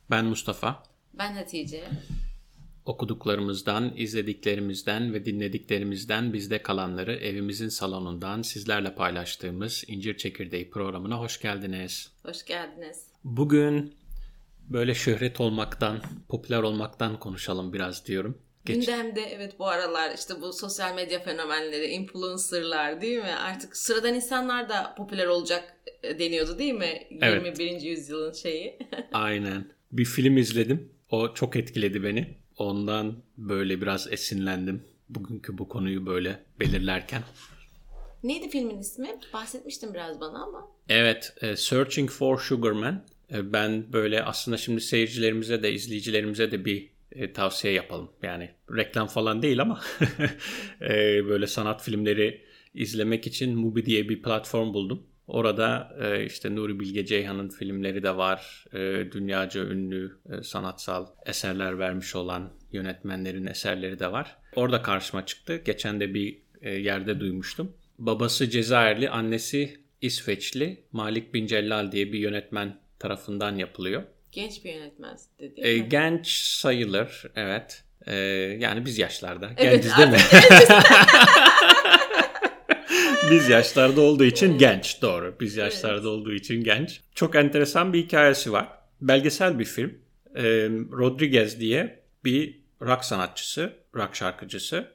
Ben Mustafa. Ben Hatice. Okuduklarımızdan, izlediklerimizden ve dinlediklerimizden bizde kalanları evimizin salonundan sizlerle paylaştığımız İncir Çekirdeği programına hoş geldiniz. Hoş geldiniz. Bugün böyle şöhret olmaktan, popüler olmaktan konuşalım biraz diyorum. Gündemde evet bu aralar işte bu sosyal medya fenomenleri, influencerlar değil mi? Artık sıradan insanlar da popüler olacak deniyordu değil mi? Evet. 21. yüzyılın şeyi. Aynen. Bir film izledim. O çok etkiledi beni. Ondan böyle biraz esinlendim. Bugünkü bu konuyu böyle belirlerken. Neydi filmin ismi? Bahsetmiştin biraz bana ama. Evet, Searching for Sugar Man. Ben böyle aslında şimdi seyircilerimize de izleyicilerimize de bir tavsiye yapalım. Yani reklam falan değil ama böyle sanat filmleri izlemek için Mubi diye bir platform buldum. Orada işte Nuri Bilge Ceyhan'ın filmleri de var. Dünyaca ünlü sanatsal eserler vermiş olan yönetmenlerin eserleri de var. Orada karşıma çıktı. Geçen de bir yerde duymuştum. Babası Cezayirli, annesi İsveçli Malik Bin Cellal diye bir yönetmen tarafından yapılıyor. Genç bir yönetmen değil mi? Genç sayılır, evet. Yani biz yaşlarda. Evet, Genciz değil mi? Biz yaşlarda olduğu için genç, doğru. Biz yaşlarda olduğu için genç. Çok enteresan bir hikayesi var. Belgesel bir film. Rodriguez diye bir rock sanatçısı, rock şarkıcısı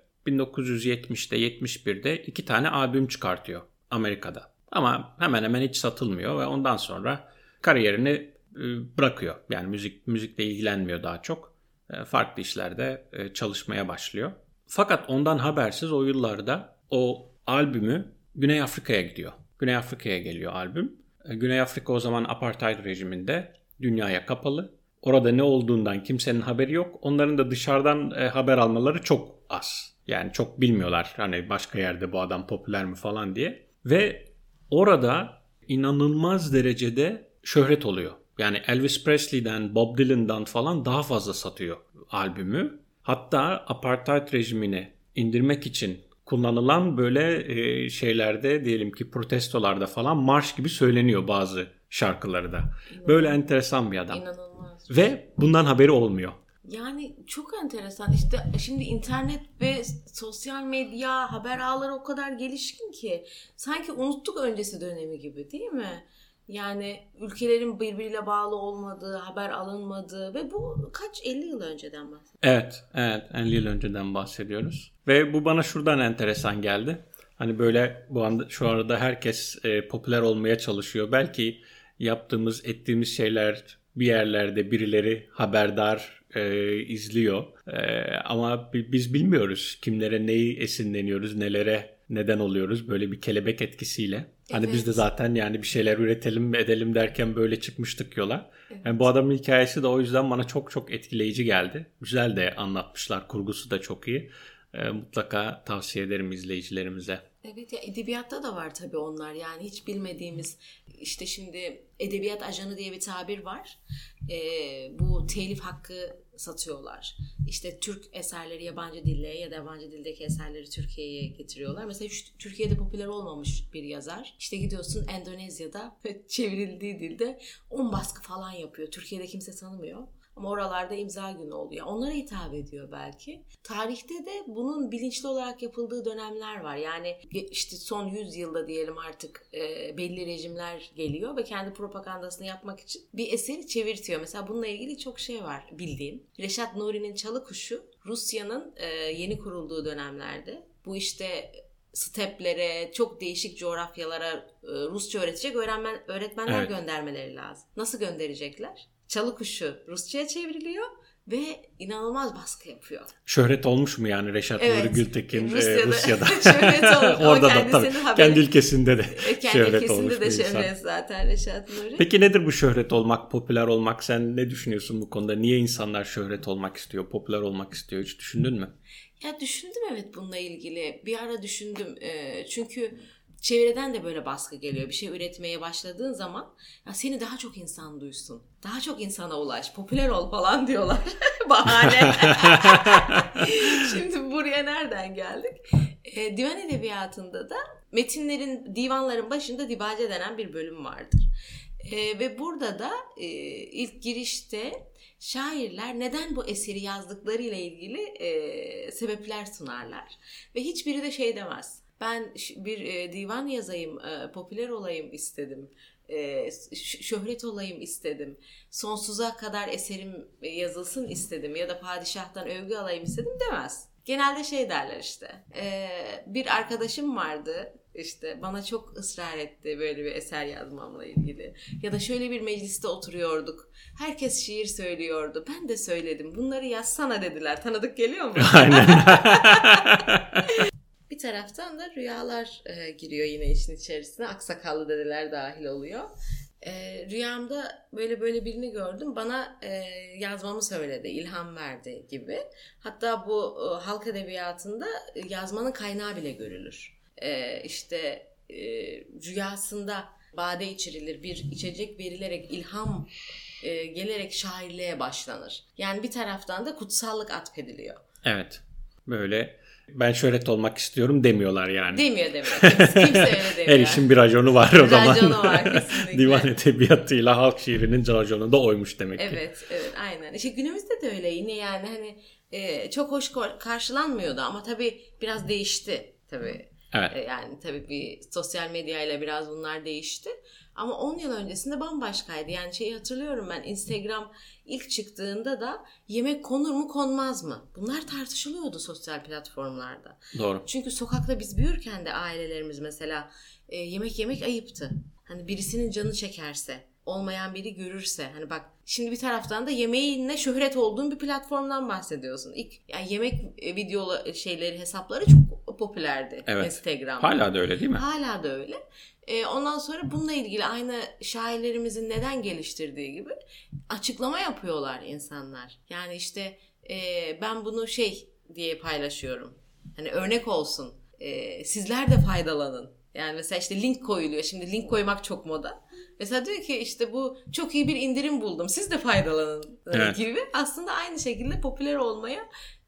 1970'te 71'de 2 tane albüm çıkartıyor Amerika'da. Ama hemen hemen hiç satılmıyor ve ondan sonra kariyerini bırakıyor. Yani müzikle ilgilenmiyor daha çok. Farklı işlerde çalışmaya başlıyor. Fakat ondan habersiz o yıllarda o albümü Güney Afrika'ya gidiyor. Güney Afrika'ya geliyor albüm. Güney Afrika o zaman apartheid rejiminde, dünyaya kapalı. Orada ne olduğundan kimsenin haberi yok. Onların da dışarıdan haber almaları çok az. Yani çok bilmiyorlar hani başka yerde bu adam popüler mi falan diye. Ve orada inanılmaz derecede şöhret oluyor. Yani Elvis Presley'den, Bob Dylan'dan falan daha fazla satıyor albümü. Hatta apartheid rejimini indirmek için kullanılan böyle şeylerde, diyelim ki protestolarda falan marş gibi söyleniyor bazı şarkıları da. Böyle enteresan bir adam. İnanılmaz. Ve bundan haberi olmuyor. Yani çok enteresan. İşte şimdi internet ve sosyal medya haber ağları o kadar gelişkin ki sanki unuttuk öncesi dönemi gibi değil mi? Yani ülkelerin birbiriyle bağlı olmadığı, haber alınmadığı ve bu kaç 50 yıl önceden bahsediyoruz. Evet 50 yıl önceden bahsediyoruz. Ve bu bana şuradan enteresan geldi. Hani böyle şu arada herkes popüler olmaya çalışıyor. Belki ettiğimiz şeyler bir yerlerde birileri haberdar izliyor. Ama biz bilmiyoruz kimlere neyi esinleniyoruz, nelere neden oluyoruz böyle bir kelebek etkisiyle. Hani biz de zaten yani bir şeyler üretelim edelim derken böyle çıkmıştık yola. Evet. Yani bu adamın hikayesi de o yüzden bana çok çok etkileyici geldi. Güzel de anlatmışlar, kurgusu da çok iyi. Mutlaka tavsiye ederim izleyicilerimize. Evet ya, edebiyatta da var tabii onlar, yani hiç bilmediğimiz, işte şimdi edebiyat ajanı diye bir tabir var. Bu telif hakkı satıyorlar. İşte Türk eserleri yabancı dille ya da yabancı dildeki eserleri Türkiye'ye getiriyorlar. Mesela Türkiye'de popüler olmamış bir yazar, İşte gidiyorsun Endonezya'da çevrildiği dilde 10 baskı falan yapıyor. Türkiye'de kimse tanımıyor. Ama oralarda imza günü oluyor. Onlara hitap ediyor belki. Tarihte de bunun bilinçli olarak yapıldığı dönemler var. Yani işte son 100 yılda diyelim artık belli rejimler geliyor ve kendi propagandasını yapmak için bir eseri çevirtiyor. Mesela bununla ilgili çok şey var bildiğim. Reşat Nuri'nin Çalı Kuşu, Rusya'nın yeni kurulduğu dönemlerde bu işte steplere, çok değişik coğrafyalara Rusça öğretecek öğretmenler göndermeleri lazım. Nasıl gönderecekler? Çalı Kuşu Rusça'ya çevriliyor ve inanılmaz baskı yapıyor. Şöhret olmuş mu yani Reşat Nuri Gültekin Rusya'da? Şöhret olmuş. Orada da tabii. Kendi ülkesinde de şöhret olmuş bir insan. Şöhret zaten Reşat Nuri. Peki nedir bu şöhret olmak, popüler olmak? Sen ne düşünüyorsun bu konuda? Niye insanlar şöhret olmak istiyor, popüler olmak istiyor? Hiç düşündün mü? Ya düşündüm evet bununla ilgili. Bir ara düşündüm. Çünkü çevreden de böyle baskı geliyor. Bir şey üretmeye başladığın zaman ya seni daha çok insan duysun. Daha çok insana ulaş. Popüler ol falan diyorlar. Bahane. Şimdi buraya nereden geldik? Divan edebiyatında da divanların başında dibace denen bir bölüm vardır. Ve burada da ilk girişte şairler neden bu eseri yazdıkları ile ilgili sebepler sunarlar. Ve hiçbiri de şey demez. Ben bir divan yazayım, popüler olayım istedim. Şöhret olayım istedim. Sonsuza kadar eserim yazılsın istedim. Ya da padişahtan övgü alayım istedim demez. Genelde şey derler işte. Bir arkadaşım vardı. İşte bana çok ısrar etti böyle bir eser yazmamla ilgili. Ya da şöyle bir mecliste oturuyorduk. Herkes şiir söylüyordu. Ben de söyledim. Bunları yazsana dediler. Tanıdık geliyor mu? Aynen. Bir taraftan da rüyalar giriyor yine işin içerisine. Aksakallı dedeler dahil oluyor. Rüyamda böyle birini gördüm. Bana yazmamı söyledi, ilham verdi gibi. Hatta bu halk edebiyatında yazmanın kaynağı bile görülür. İşte rüyasında bade içirilir, bir içecek verilerek ilham gelerek şairliğe başlanır. Yani bir taraftan da kutsallık atfediliyor. Evet. Böyle ben şöhret olmak istiyorum demiyorlar yani. Demiyor. Kimse öyle demiyor. Her işin bir raconu var o zaman. Raconu var kesinlikle. Divan edebiyatıyla halk şiirinin raconu da oymuş demek ki. Evet aynen. İşte günümüzde de öyle yine yani hani çok hoş karşılanmıyordu ama tabii biraz değişti tabii. Evet. Yani tabii bir sosyal medyayla biraz bunlar değişti. Ama 10 yıl öncesinde bambaşkaydı. Yani şeyi hatırlıyorum ben, Instagram ilk çıktığında da yemek konur mu konmaz mı? Bunlar tartışılıyordu sosyal platformlarda. Doğru. Çünkü sokakta biz büyürken de ailelerimiz mesela yemek yemek ayıptı. Hani birisinin canı çekerse, olmayan biri görürse, hani bak şimdi bir taraftan da yemeğinle şöhret olduğun bir platformdan bahsediyorsun. İlk yani yemek video hesapları çok popülerdi, evet. Instagram'da. Hala da öyle değil mi? Hala da öyle. Ondan sonra bununla ilgili aynı şairlerimizin neden geliştirdiği gibi açıklama yapıyorlar insanlar. Yani işte ben bunu diye paylaşıyorum. Hani örnek olsun. Sizler de faydalanın. Yani mesela işte link koyuluyor. Şimdi link koymak çok moda. Mesela diyor ki işte bu çok iyi bir indirim buldum. Siz de faydalanın gibi. Aslında aynı şekilde popüler olmaya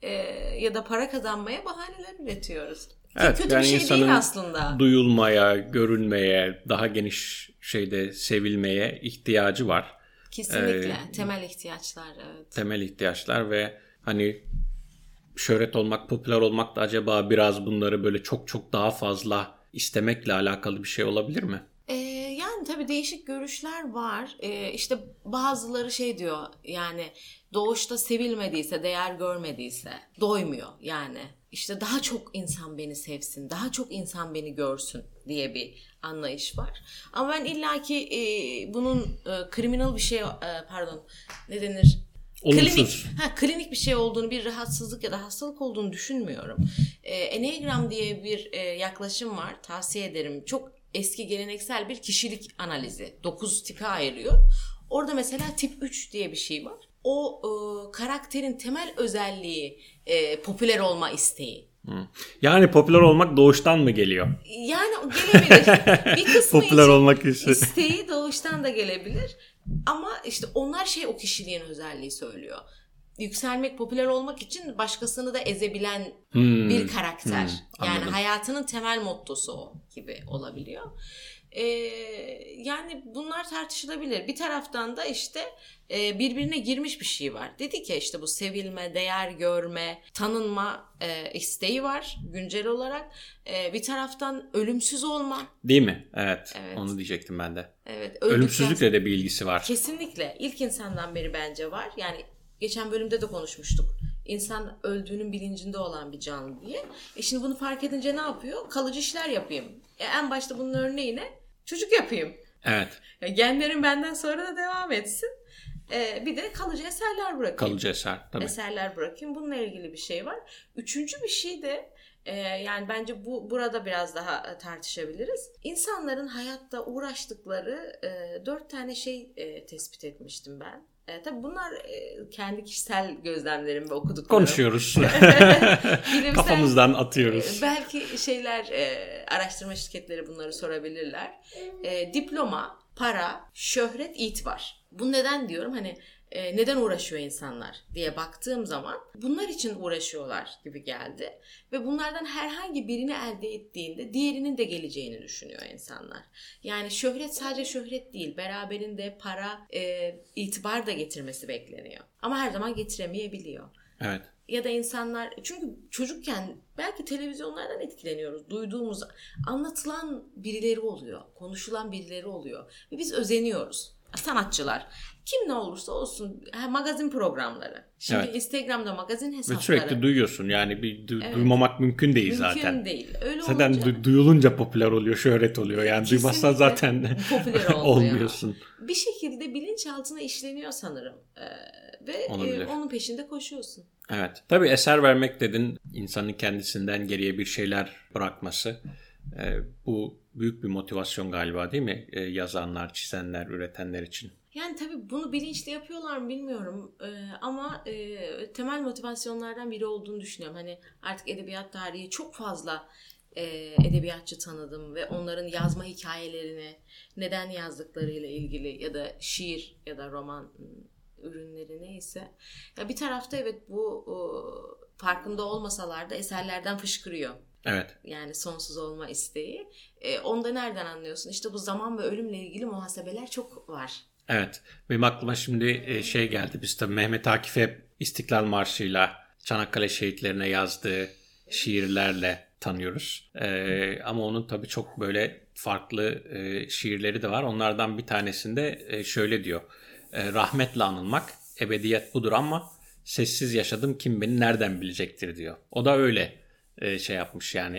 ya da para kazanmaya bahaneler üretiyoruz. Evet, kötü yani bir şey değil aslında. Duyulmaya, görünmeye, daha geniş sevilmeye ihtiyacı var. Kesinlikle. Temel ihtiyaçlar. Evet. Temel ihtiyaçlar ve hani şöhret olmak, popüler olmak da acaba biraz bunları böyle çok çok daha fazla istemekle alakalı bir şey olabilir mi? Yani tabii değişik görüşler var. İşte bazıları diyor yani doğuşta sevilmediyse, değer görmediyse doymuyor yani. İşte daha çok insan beni sevsin, daha çok insan beni görsün diye bir anlayış var. Ama ben illaki bunun kriminal bir şey, ne denir? Olumsuz. Klinik bir şey olduğunu, bir rahatsızlık ya da hastalık olduğunu düşünmüyorum. Enneagram diye bir yaklaşım var, tavsiye ederim. Çok eski geleneksel bir kişilik analizi. 9 tipe ayırıyor. Orada mesela tip 3 diye bir şey var. O karakterin temel özelliği popüler olma isteği. Yani popüler olmak doğuştan mı geliyor? Yani gelebilir. Bir kısmı popüler için olmak isteği doğuştan da gelebilir. Ama işte onlar o kişiliğin özelliği söylüyor. Yükselmek, popüler olmak için başkasını da ezebilen bir karakter. Yani hayatının temel mottosu o gibi olabiliyor. Yani bunlar tartışılabilir. Bir taraftan da işte birbirine girmiş bir şey var. Dedi ki işte bu sevilme, değer görme, tanınma isteği var güncel olarak. Bir taraftan ölümsüz olma. Değil mi? Evet. Onu diyecektim ben de. Evet. Ölümsüzlükle de bir ilgisi var. Kesinlikle. İlk insandan beri bence var. Yani geçen bölümde de konuşmuştuk. İnsan öldüğünün bilincinde olan bir canlı diye. Şimdi bunu fark edince ne yapıyor? Kalıcı işler yapayım. En başta bunun örneği ne? Çocuk yapayım. Evet. Genlerim benden sonra da devam etsin. Bir de kalıcı eserler bırakayım. Kalıcı eser tabii. Eserler bırakayım. Bununla ilgili bir şey var. Üçüncü bir şey de yani bence burada biraz daha tartışabiliriz. İnsanların hayatta uğraştıkları 4 tane tespit etmiştim ben. Tabii bunlar kendi kişisel gözlemlerim ve okuduklarım. Konuşuyoruz. Kafamızdan atıyoruz. Belki araştırma şirketleri bunları sorabilirler. Diploma, para, şöhret, itibar. Bu neden diyorum? Hani neden uğraşıyor insanlar diye baktığım zaman bunlar için uğraşıyorlar gibi geldi. Ve bunlardan herhangi birini elde ettiğinde diğerinin de geleceğini düşünüyor insanlar. Yani şöhret sadece şöhret değil, beraberinde para, itibar da getirmesi bekleniyor. Ama her zaman getiremeyebiliyor. Evet. Ya da insanlar, çünkü çocukken belki televizyonlardan etkileniyoruz. Duyduğumuz, anlatılan birileri oluyor, konuşulan birileri oluyor ve biz özeniyoruz. Sanatçılar, kim ne olursa olsun, magazin programları. Şimdi evet. Instagram'da magazin hesapları. Ve sürekli duyuyorsun yani duymamak mümkün değil zaten. Mümkün değil. Öyle zaten olunca, duyulunca popüler oluyor, şöhret oluyor. Yani duymazsan zaten popüler olmuyorsun. Bir şekilde bilinçaltına işleniyor sanırım. Ve onun peşinde koşuyorsun. Evet. Tabii eser vermek dedin, insanın kendisinden geriye bir şeyler bırakması. Bu büyük bir motivasyon galiba, değil mi? Yazanlar, çizenler, üretenler için. Yani tabii bunu bilinçli yapıyorlar mı bilmiyorum. Ama temel motivasyonlardan biri olduğunu düşünüyorum. Hani artık edebiyat tarihi çok fazla edebiyatçı tanıdım ve onların yazma hikayelerini, neden yazdıklarıyla ilgili ya da şiir ya da roman ürünleri neyse. Ya bir tarafta evet bu farkında olmasalar da eserlerden fışkırıyor. Evet. Yani sonsuz olma isteği. Onda nereden anlıyorsun? İşte bu zaman ve ölümle ilgili muhasebeler çok var. Evet. Benim aklıma şimdi geldi. Biz tabii Mehmet Akif'e İstiklal Marşı'yla, Çanakkale şehitlerine yazdığı şiirlerle tanıyoruz. Ama onun tabii çok böyle farklı şiirleri de var. Onlardan bir tanesinde şöyle diyor. Rahmetle anılmak, ebediyet budur ama sessiz yaşadım, kim beni nereden bilecektir diyor. O da öyle yapmış yani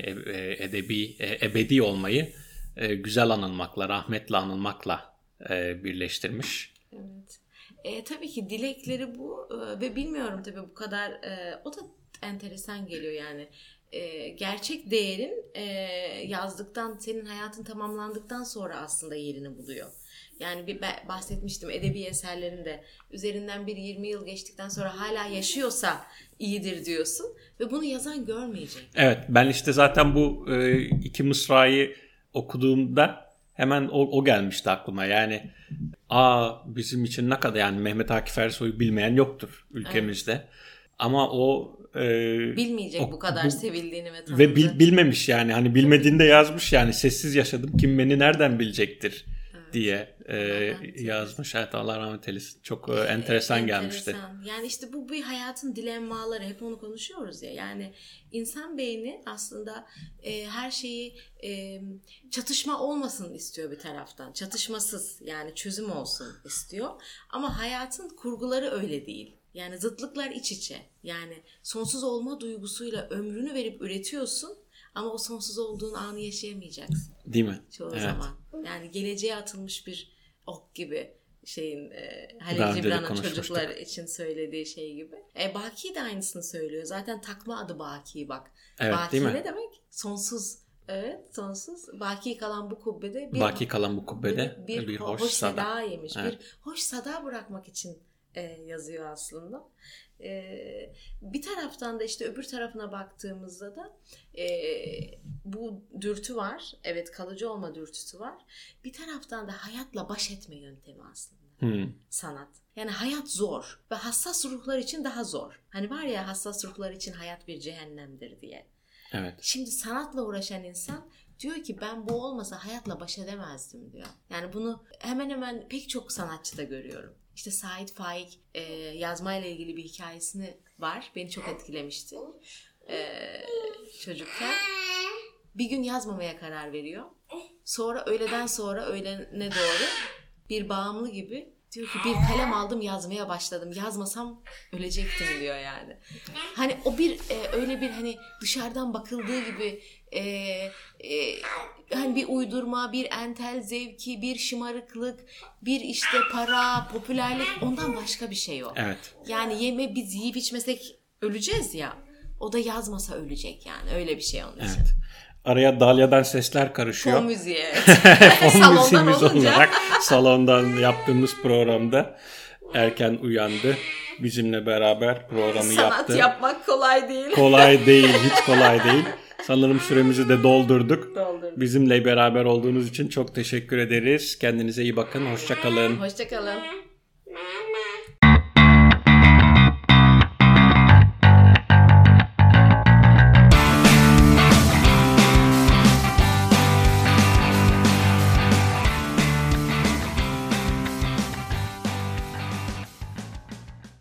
ebedi olmayı güzel anılmakla, rahmetle anılmakla birleştirmiş. Evet. Tabii ki dilekleri bu ve bilmiyorum tabii bu kadar o da enteresan geliyor yani. Gerçek değerin yazdıktan, senin hayatın tamamlandıktan sonra aslında yerini buluyor. Yani bahsetmiştim, edebi eserlerinde üzerinden bir 20 yıl geçtikten sonra hala yaşıyorsa iyidir diyorsun ve bunu yazan görmeyecek. Evet, ben işte zaten bu iki mısrayı okuduğumda hemen o gelmişti aklıma. Yani bizim için ne kadar, yani Mehmet Akif Ersoy'u bilmeyen yoktur ülkemizde. Evet. Ama o bilmeyecek bu kadar sevildiğini ve tanıdığını. Ve bilmemiş yani, hani bilmediğinde yazmış yani, sessiz yaşadım, kim beni nereden bilecektir diye yazmış. Evet, Allah rahmet eylesin. Çok enteresan gelmişti. Yani işte bu bir hayatın dilemmaları. Hep onu konuşuyoruz ya. Yani insan beyni aslında her şeyi çatışma olmasın istiyor bir taraftan. Çatışmasız, yani çözüm olsun istiyor. Ama hayatın kurguları öyle değil. Yani zıtlıklar iç içe. Yani sonsuz olma duygusuyla ömrünü verip üretiyorsun ama o sonsuz olduğun anı yaşayamayacaksın. Değil mi? Çoğu zaman. Yani geleceğe atılmış bir ok gibi Halil Cibran'ın çocuklar için söylediği şey gibi. Baki de aynısını söylüyor. Zaten takma adı Baki bak. Evet, Baki ne demek? Sonsuz. Evet, sonsuz. Baki kalan bu kubbede bir hoş sada yemiş. Evet. Bir hoş sada bırakmak için yazıyor aslında. Bir taraftan da işte öbür tarafına baktığımızda da bu dürtü var. Evet, kalıcı olma dürtüsü var. Bir taraftan da hayatla baş etme yöntemi aslında. Sanat. Yani hayat zor ve hassas ruhlar için daha zor. Hani var ya, hassas ruhlar için hayat bir cehennemdir diye. Evet. Şimdi sanatla uğraşan insan diyor ki ben bu olmasa hayatla baş edemezdim diyor. Yani bunu hemen hemen pek çok sanatçıda görüyorum. İşte Sait Faik yazmayla ilgili bir hikayesini var. Beni çok etkilemişti. Çocukken. Bir gün yazmamaya karar veriyor. Sonra öğleden sonra öğlene doğru bir bağımlı gibi diyor ki bir kalem aldım, yazmaya başladım. Yazmasam ölecektim diyor yani. Hani o bir öyle bir hani dışarıdan bakıldığı gibi hani bir uydurma, bir entel zevki, bir şımarıklık, bir işte para, popülerlik, ondan başka bir şey o. Evet. Yani biz yiyip içmesek öleceğiz ya. O da yazmasa ölecek yani. Öyle bir şey onun için. Evet. Araya Dalya'dan sesler karışıyor. Fon müziği. Fon müziğimiz olarak salondan yaptığımız programda erken uyandı. Bizimle beraber programı yaptı. Sanat yapmak kolay değil. Kolay değil, hiç kolay değil. Sanırım süremizi de doldurduk. Bizimle beraber olduğunuz için çok teşekkür ederiz. Kendinize iyi bakın. Hoşça kalın. Hoşça kalın.